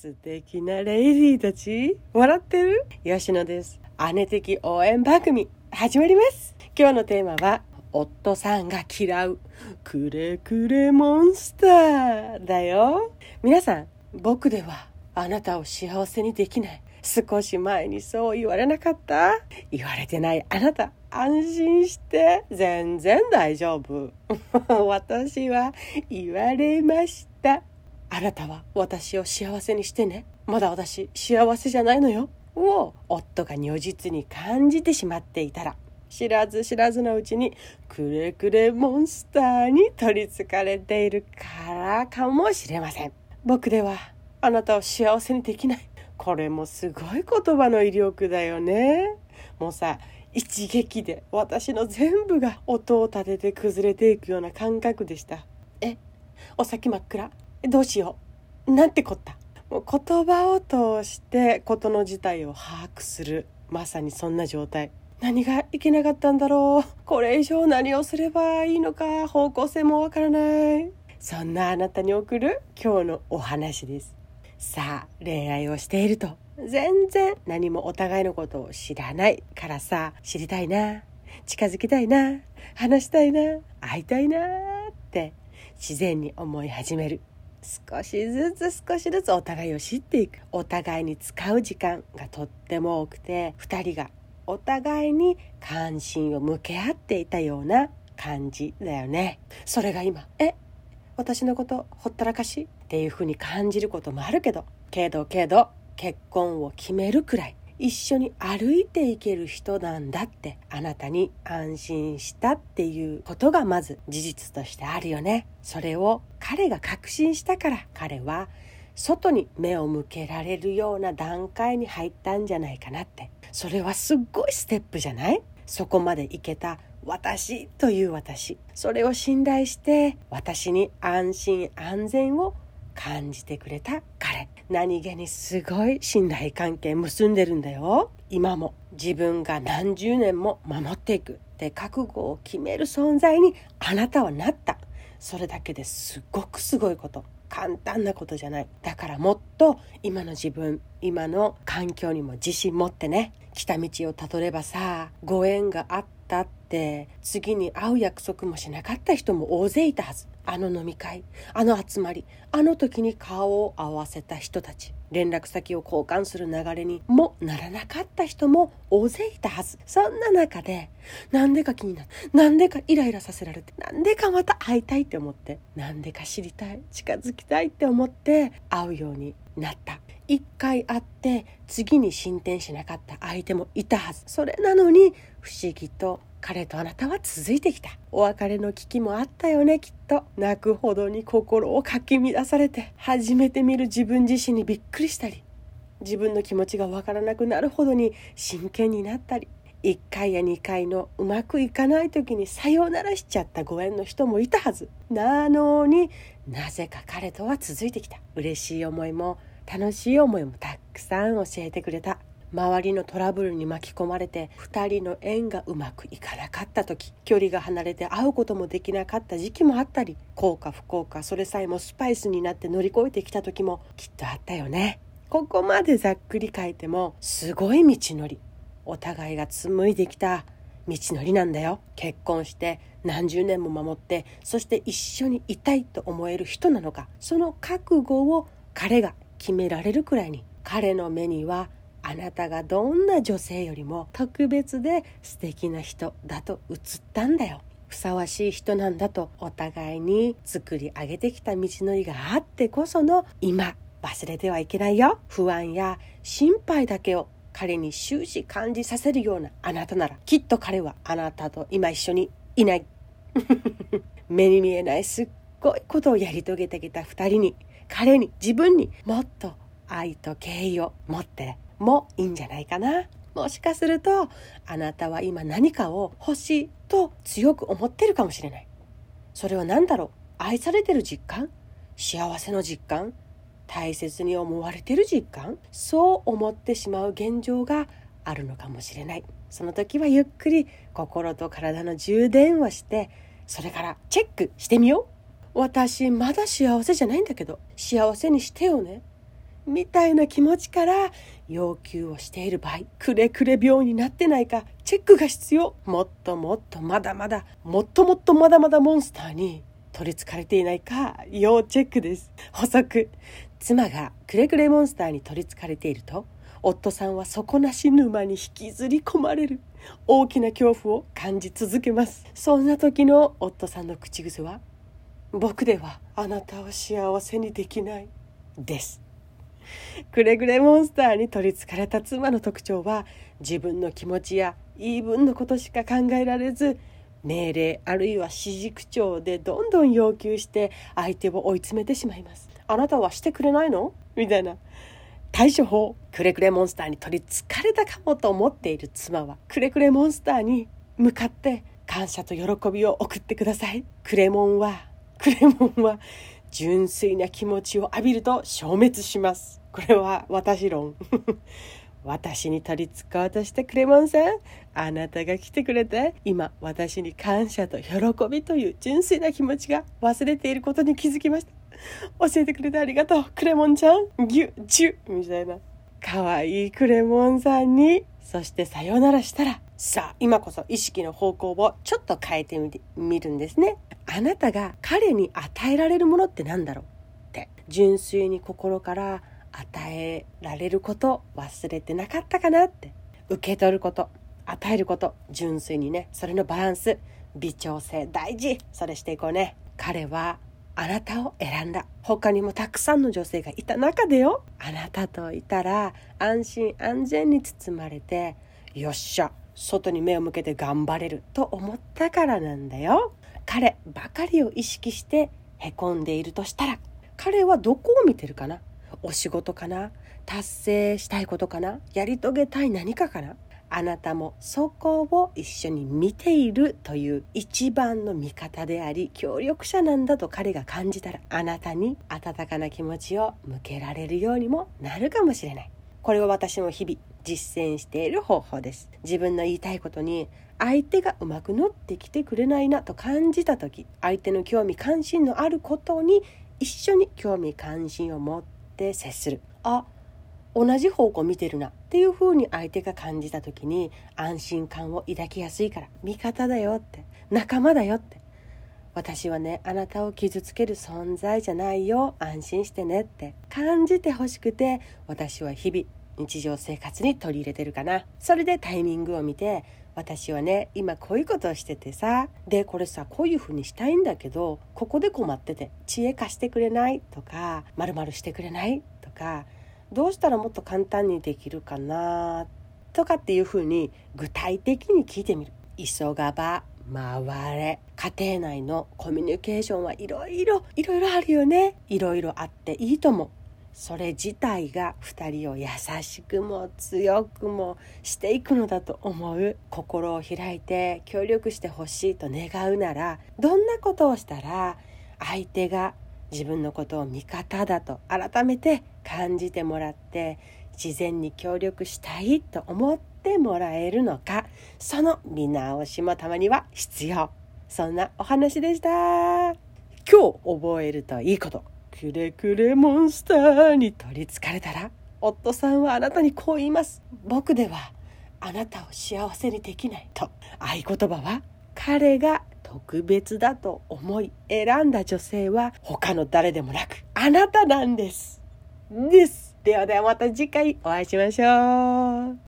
素敵なレイディーたち、笑ってる？吉野です。姉的応援番組始まります。今日のテーマは夫さんが嫌うくれくれモンスターだよ。皆さん、僕ではあなたを幸せにできない。少し前にそう言われなかった？言われてないあなた、安心して全然大丈夫。私は言われました。あなたは私を幸せにしてね。まだ私幸せじゃないのよ。を夫が如実に感じてしまっていたら、知らず知らずのうちにくれくれモンスターに取りつかれているからかもしれません。僕ではあなたを幸せにできない。これもすごい言葉の威力だよね。もうさ、一撃で私の全部が音を立てて崩れていくような感覚でした。お先真っ暗。どうしよう。なんてこった。もう言葉を通して事の事態を把握する。まさにそんな状態。何がいけなかったんだろう。これ以上何をすればいいのか、方向性もわからない。そんなあなたに送る今日のお話です。さあ、恋愛をしていると全然何もお互いのことを知らないからさ、知りたいな、近づきたいな、話したいな、会いたいなって自然に思い始める。少しずつお互いを知っていく。お互いに使う時間がとっても多くて、2人がお互いに関心を向け合っていたような感じだよね。それが今、私のことほったらかしっていう風に感じることもあるけど結婚を決めるくらい一緒に歩いていける人なんだってあなたに安心したっていうことがまず事実としてあるよね。それを彼が確信したから、彼は外に目を向けられるような段階に入ったんじゃないかなって。それはすっごいステップじゃない？そこまでいけた私という私、それを信頼して私に安心安全を感じてくれた彼、何気にすごい信頼関係結んでるんだよ。今も自分が何十年も守っていくって覚悟を決める存在にあなたはなった。それだけですごくすごいこと、簡単なことじゃない。だからもっと今の自分、今の環境にも自信持ってね。来た道をたどればさ、ご縁があったって次に会う約束もしなかった人も大勢いたはず。あの飲み会、あの集まり、あの時に顔を合わせた人たち、連絡先を交換する流れにもならなかった人も大勢いたはず。そんな中でなんでか気になって、なんでかイライラさせられて、なんでかまた会いたいって思って、なんでか知りたい、近づきたいって思って会うようになった。一回会って次に進展しなかった相手もいたはず。それなのに不思議と彼とあなたは続いてきた。お別れの危機もあったよね、きっと。泣くほどに心をかき乱されて、初めて見る自分自身にびっくりしたり、自分の気持ちがわからなくなるほどに真剣になったり、1回や2回のうまくいかない時にさようならしちゃったご縁の人もいたはず。なのになぜか彼とは続いてきた。嬉しい思いも楽しい思いもたくさん教えてくれた。周りのトラブルに巻き込まれて2人の縁がうまくいかなかった時、距離が離れて会うこともできなかった時期もあったり、幸か不幸かそれさえもスパイスになって乗り越えてきた時もきっとあったよね。ここまでざっくり書いてもすごい道のり、お互いが紡いできた道のりなんだよ。結婚して何十年も守って、そして一緒にいたいと思える人なのか、その覚悟を彼が決められるくらいに、彼の目にはあなたがどんな女性よりも特別で素敵な人だと映ったんだよ。ふさわしい人なんだとお互いに作り上げてきた道のりがあってこその今、忘れてはいけないよ。不安や心配だけを彼に終始感じさせるようなあなたなら、きっと彼はあなたと今一緒にいない。目に見えないすっごいことをやり遂げてきた2人に、彼に、自分にもっと愛と敬意を持ってもいいんじゃないかな。もしかするとあなたは今何かを欲しいと強く思ってるかもしれない。それは何だろう。愛されてる実感、幸せの実感、大切に思われてる実感、そう思ってしまう現状があるのかもしれない。その時はゆっくり心と体の充電をして、それからチェックしてみよう。私まだ幸せじゃないんだけど幸せにしてよね。 みたいな気持ちから要求をしている場合、くれくれ病になってないかチェックが必要。もっともっとまだまだもっともっとまだまだモンスターに取りつかれていないか要チェックです。補足、妻がくれくれモンスターに取りつかれていると、夫さんは底なし沼に引きずり込まれる大きな恐怖を感じ続けます。そんな時の夫さんの口癖は、僕ではあなたを幸せにできないです。くれぐれモンスターに取りつかれた妻の特徴は、自分の気持ちや言い分のことしか考えられず、命令あるいは指示口調でどんどん要求して相手を追い詰めてしまいます。あなたはしてくれないのみたいな。対処法、くれくれモンスターに取りつかれたかもと思っている妻は、くれくれモンスターに向かって感謝と喜びを送ってください。クレモンは純粋な気持ちを浴びると消滅します。これは私論。私に取り付こうとしたクレモンさん、あなたが来てくれて、今私に感謝と喜びという純粋な気持ちが忘れていることに気づきました。教えてくれてありがとうクレモンちゃん、ギュチュみたいな可愛いクレモンさんに、そしてさよならしたら、さあ今こそ意識の方向をちょっと変えてみるんですね。あなたが彼に与えられるものって何だろうって、純粋に心から与えられること忘れてなかったかなって。受け取ること、与えること、純粋にね、それのバランス、微調整大事。それしていこうね。彼はあなたを選んだ。他にもたくさんの女性がいた中でよ、あなたといたら安心安全に包まれて、よっしゃ外に目を向けて頑張れると思ったからなんだよ。彼ばかりを意識してへこんでいるとしたら、彼はどこを見てるかな。お仕事かな、達成したいことかな、やり遂げたい何かかな。あなたもそこを一緒に見ているという一番の味方であり協力者なんだと彼が感じたら、あなたに温かな気持ちを向けられるようにもなるかもしれない。これは私も日々実践している方法です。自分の言いたいことに相手がうまく乗ってきてくれないなと感じたとき、相手の興味関心のあることに一緒に興味関心を持って接する。あ、同じ方向見てるなっていう風に相手が感じた時に安心感を抱きやすいから、味方だよって、仲間だよって、私はねあなたを傷つける存在じゃないよ、安心してねって感じてほしくて、私は日々日常生活に取り入れてるかな。それでタイミングを見て、私はね今こういうことをしててさ、でこれさこういう風にしたいんだけど、ここで困ってて知恵貸してくれないとか、〇〇してくれないとか、どうしたらもっと簡単にできるかなとかっていう風に具体的に聞いてみる。急がば回れ。家庭内のコミュニケーションはいろいろあるよね。いろいろあっていいと思う。それ自体が2人を優しくも強くもしていくのだと思う。心を開いて協力してほしいと願うなら、どんなことをしたら相手が自分のことを味方だと改めて感じてもらって、自然に協力したいと思ってもらえるのか、その見直しもたまには必要。そんなお話でした。今日覚えるといいこと。くれくれモンスターに取りつかれたら、夫さんはあなたにこう言います。僕ではあなたを幸せにできないと。合言葉は、彼が特別だと思い選んだ女性は他の誰でもなくあなたなんです。ではまた次回お会いしましょう。